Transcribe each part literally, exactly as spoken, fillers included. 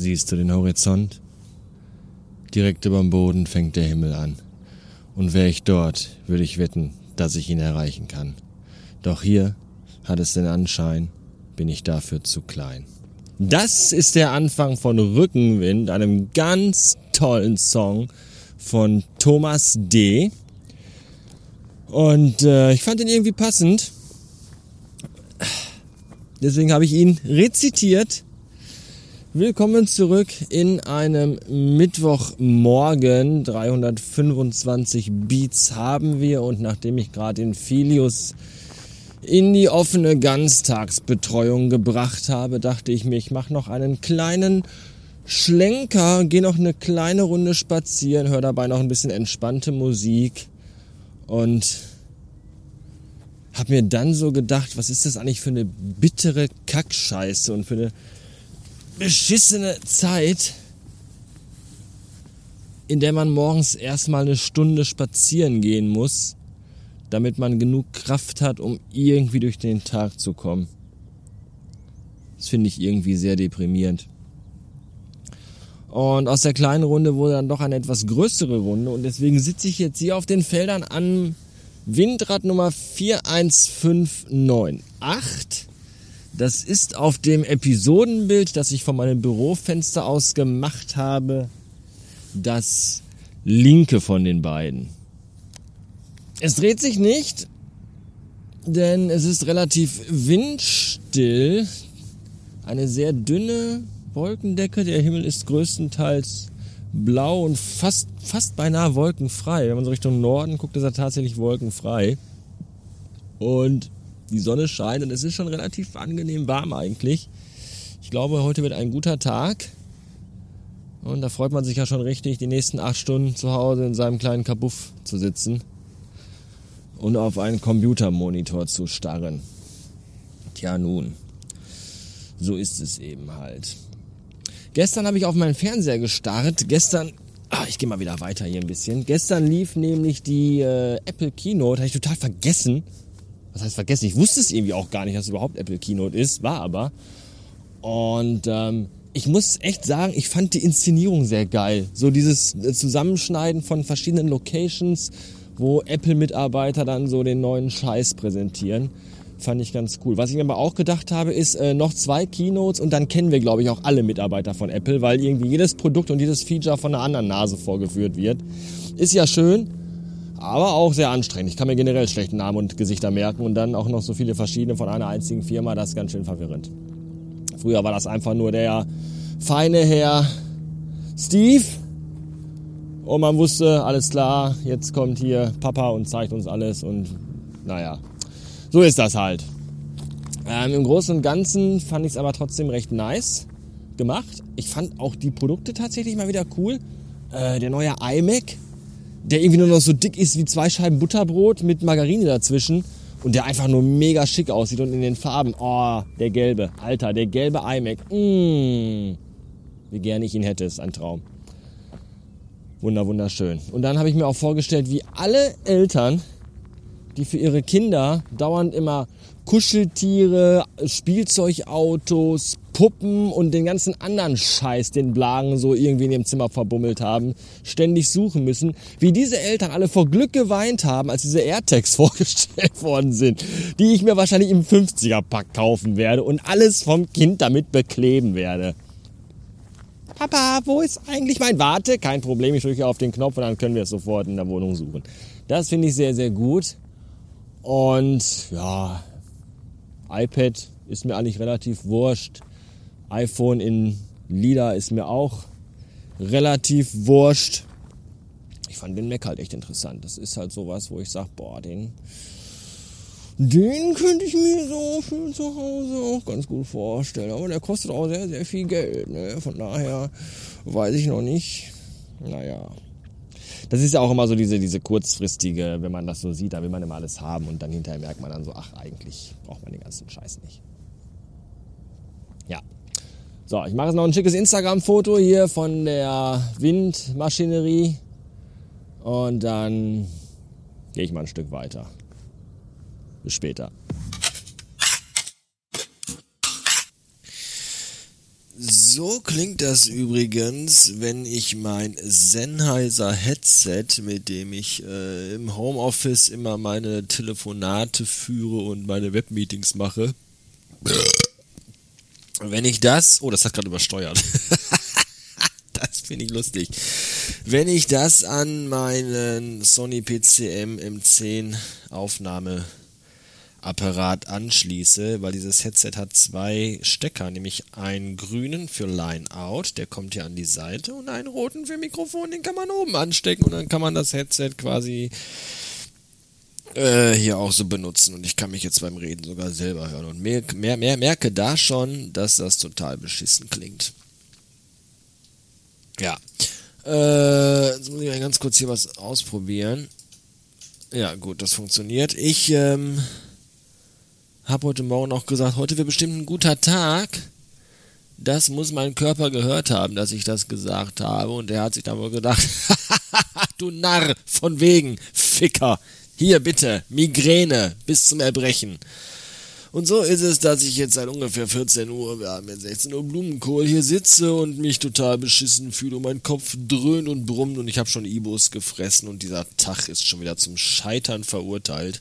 Siehst du den Horizont? Direkt überm Boden fängt der Himmel an. Und wäre ich dort, würde ich wetten, dass ich ihn erreichen kann. Doch hier hat es den Anschein, bin ich dafür zu klein. Das ist der Anfang von Rückenwind, einem ganz tollen Song von Thomas D. Und äh, ich fand ihn irgendwie passend. Deswegen habe ich ihn rezitiert. Willkommen zurück in einem Mittwochmorgen. dreihundertfünfundzwanzig Beats haben wir. Und nachdem ich gerade den Filius in die offene Ganztagsbetreuung gebracht habe, dachte ich mir, ich mache noch einen kleinen Schlenker, gehe noch eine kleine Runde spazieren, höre dabei noch ein bisschen entspannte Musik und habe mir dann so gedacht, was ist das eigentlich für eine bittere Kackscheiße und für eine beschissene Zeit, in der man morgens erstmal eine Stunde spazieren gehen muss, damit man genug Kraft hat, um irgendwie durch den Tag zu kommen. Das finde ich irgendwie sehr deprimierend. Und aus der kleinen Runde wurde dann doch eine etwas größere Runde und deswegen sitze ich jetzt hier auf den Feldern an Windrad Nummer vier eins fünf neun acht. Das ist auf dem Episodenbild, das ich von meinem Bürofenster aus gemacht habe, das linke von den beiden. Es dreht sich nicht, denn es ist relativ windstill. Eine sehr dünne Wolkendecke. Der Himmel ist größtenteils blau und fast, fast beinahe wolkenfrei. Wenn man so Richtung Norden guckt, ist er tatsächlich wolkenfrei. Und die Sonne scheint und es ist schon relativ angenehm warm eigentlich. Ich glaube, heute wird ein guter Tag. Und da freut man sich ja schon richtig, die nächsten acht Stunden zu Hause in seinem kleinen Kabuff zu sitzen und auf einen Computermonitor zu starren. Tja nun, so ist es eben halt. Gestern habe ich auf meinen Fernseher gestarrt. Gestern, ah, ich gehe mal wieder weiter hier ein bisschen. Gestern lief nämlich die äh, Apple Keynote, habe ich total vergessen. Was heißt vergessen? Ich wusste es irgendwie auch gar nicht, dass es überhaupt Apple Keynote ist, war aber. Und ähm, ich muss echt sagen, ich fand die Inszenierung sehr geil. So dieses Zusammenschneiden von verschiedenen Locations, wo Apple-Mitarbeiter dann so den neuen Scheiß präsentieren. Fand ich ganz cool. Was ich mir aber auch gedacht habe, ist äh, noch zwei Keynotes und dann kennen wir, glaube ich, auch alle Mitarbeiter von Apple, weil irgendwie jedes Produkt und jedes Feature von einer anderen Nase vorgeführt wird. Ist ja schön, aber auch sehr anstrengend. Ich kann mir generell schlechte Namen und Gesichter merken und dann auch noch so viele verschiedene von einer einzigen Firma, das ist ganz schön verwirrend. Früher war das einfach nur der feine Herr Steve und man wusste, alles klar, jetzt kommt hier Papa und zeigt uns alles und naja, so ist das halt. Ähm, Im Großen und Ganzen fand ich es aber trotzdem recht nice gemacht. Ich fand auch die Produkte tatsächlich mal wieder cool. Äh, der neue iMac, der irgendwie nur noch so dick ist wie zwei Scheiben Butterbrot mit Margarine dazwischen und der einfach nur mega schick aussieht und in den Farben, oh, der gelbe, Alter, der gelbe iMac, mmh, wie gerne ich ihn hätte, ist ein Traum. Wunder, wunderschön. Und dann habe ich mir auch vorgestellt, wie alle Eltern, die für ihre Kinder dauernd immer Kuscheltiere, Spielzeugautos, Puppen und den ganzen anderen Scheiß, den Blagen so irgendwie in ihrem Zimmer verbummelt haben, ständig suchen müssen, wie diese Eltern alle vor Glück geweint haben, als diese AirTags vorgestellt worden sind, die ich mir wahrscheinlich im fünfziger-Pack kaufen werde und alles vom Kind damit bekleben werde. Papa, wo ist eigentlich mein... Warte, kein Problem, ich drücke auf den Knopf und dann können wir es sofort in der Wohnung suchen. Das finde ich sehr, sehr gut. Und ja, iPad ist mir eigentlich relativ wurscht. iPhone in lila ist mir auch relativ wurscht. Ich fand den Mac halt echt interessant. Das ist halt sowas, wo ich sage, boah, den, den könnte ich mir so für zu Hause auch ganz gut vorstellen. Aber der kostet auch sehr, sehr viel Geld. Ne? Von daher weiß ich noch nicht. Naja. Das ist ja auch immer so diese, diese kurzfristige, wenn man das so sieht, da will man immer alles haben und dann hinterher merkt man dann so, ach, eigentlich braucht man den ganzen Scheiß nicht. Ja. So, ich mache jetzt noch ein schickes Instagram-Foto hier von der Windmaschinerie und dann gehe ich mal ein Stück weiter. Bis später. So klingt das übrigens, wenn ich mein Sennheiser Headset, mit dem ich äh, im Homeoffice immer meine Telefonate führe und meine Webmeetings mache. Wenn ich das, oh, das hat gerade übersteuert. Das finde ich lustig. Wenn ich das an meinen Sony P C M M zehn Aufnahmeapparat anschließe, weil dieses Headset hat zwei Stecker, nämlich einen grünen für Line-Out, der kommt hier an die Seite, und einen roten für Mikrofon, den kann man oben anstecken und dann kann man das Headset quasi äh, hier auch so benutzen und ich kann mich jetzt beim Reden sogar selber hören und mehr, mehr, mehr merke da schon, dass das total beschissen klingt. Ja, äh, jetzt muss ich mal ganz kurz hier was ausprobieren. Ja, gut, das funktioniert. Ich ähm, habe heute Morgen auch gesagt, heute wird bestimmt ein guter Tag. Das muss mein Körper gehört haben, dass ich das gesagt habe. Und er hat sich dann wohl gedacht, du Narr, von wegen, Ficker. Hier bitte, Migräne bis zum Erbrechen. Und so ist es, dass ich jetzt seit ungefähr vierzehn Uhr, wir haben jetzt sechzehn Uhr Blumenkohl, hier sitze und mich total beschissen fühle und mein Kopf dröhnt und brummt und ich habe schon Ibos gefressen und dieser Tag ist schon wieder zum Scheitern verurteilt.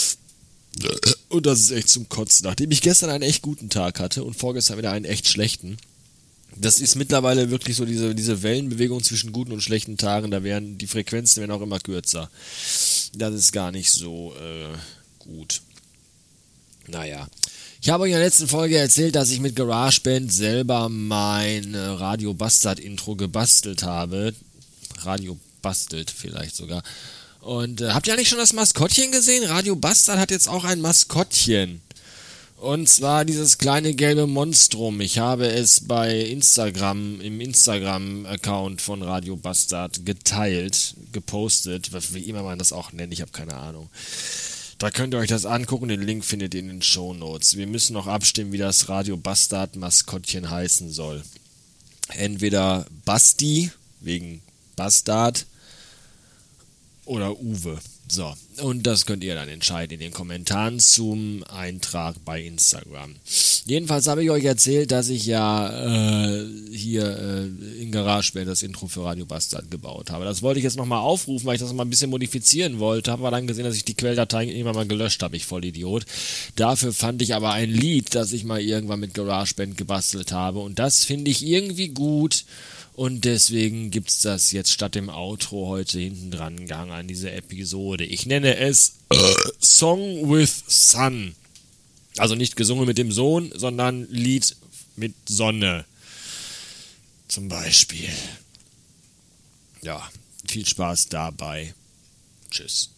Und das ist echt zum Kotzen. Nachdem ich gestern einen echt guten Tag hatte und vorgestern wieder einen echt schlechten. Das ist mittlerweile wirklich so diese, diese Wellenbewegung zwischen guten und schlechten Tagen, da werden die Frequenzen werden auch immer kürzer. Das ist gar nicht so äh, gut. Naja, ich habe euch in der letzten Folge erzählt, dass ich mit GarageBand selber mein Radio Bastard Intro gebastelt habe. Radio bastelt vielleicht sogar. Und äh, habt ihr eigentlich schon das Maskottchen gesehen? Radio Bastard hat jetzt auch ein Maskottchen. Und zwar dieses kleine gelbe Monstrum. Ich habe es bei Instagram, im Instagram-Account von Radio Bastard geteilt, gepostet, wie immer man das auch nennt, ich habe keine Ahnung. Da könnt ihr euch das angucken, den Link findet ihr in den Shownotes. Wir müssen noch abstimmen, wie das Radio Bastard Maskottchen heißen soll. Entweder Basti, wegen Bastard, oder Uwe. So, und das könnt ihr dann entscheiden in den Kommentaren zum Eintrag bei Instagram. Jedenfalls habe ich euch erzählt, dass ich ja äh, hier äh, in GarageBand das Intro für Radio Bastard gebaut habe. Das wollte ich jetzt nochmal aufrufen, weil ich das nochmal ein bisschen modifizieren wollte. Habe aber dann gesehen, dass ich die Quelldatei irgendwann mal gelöscht habe, ich Vollidiot. Dafür fand ich aber ein Lied, das ich mal irgendwann mit GarageBand gebastelt habe. Und das finde ich irgendwie gut. Und deswegen gibt's das jetzt statt dem Outro heute hinten dran gehangen an diese Episode. Ich nenne es äh, Song with Sun. Also nicht gesungen mit dem Sohn, sondern Lied mit Sonne. Zum Beispiel. Ja, viel Spaß dabei. Tschüss.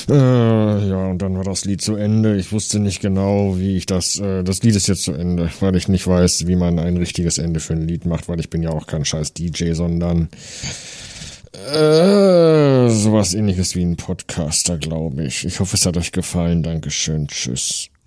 Äh, ja, und dann war das Lied zu Ende. Ich wusste nicht genau, wie ich das, äh, das Lied ist jetzt zu Ende, weil ich nicht weiß, wie man ein richtiges Ende für ein Lied macht, weil ich bin ja auch kein scheiß D J, sondern äh, sowas ähnliches wie ein Podcaster, glaube ich. Ich hoffe, es hat euch gefallen. Dankeschön. Tschüss.